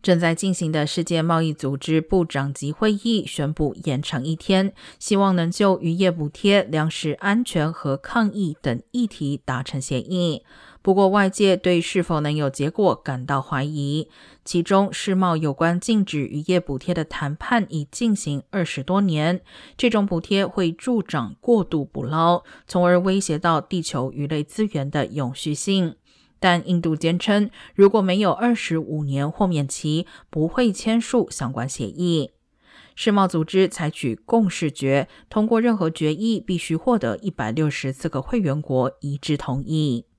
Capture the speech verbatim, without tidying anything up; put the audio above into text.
正在进行的世界贸易组织部长级会议宣布延长一天，希望能就渔业补贴、粮食安全和抗疫等议题达成协议。不过外界对是否能有结果感到怀疑，其中世贸有关禁止渔业补贴的谈判已进行二十多年，这种补贴会助长过度捕捞，从而威胁到地球鱼类资源的永续性。但印度坚称，如果没有二十五年豁免期，不会签署相关协议。世贸组织采取共识决，通过任何决议必须获得一百六十四个会员国一致同意。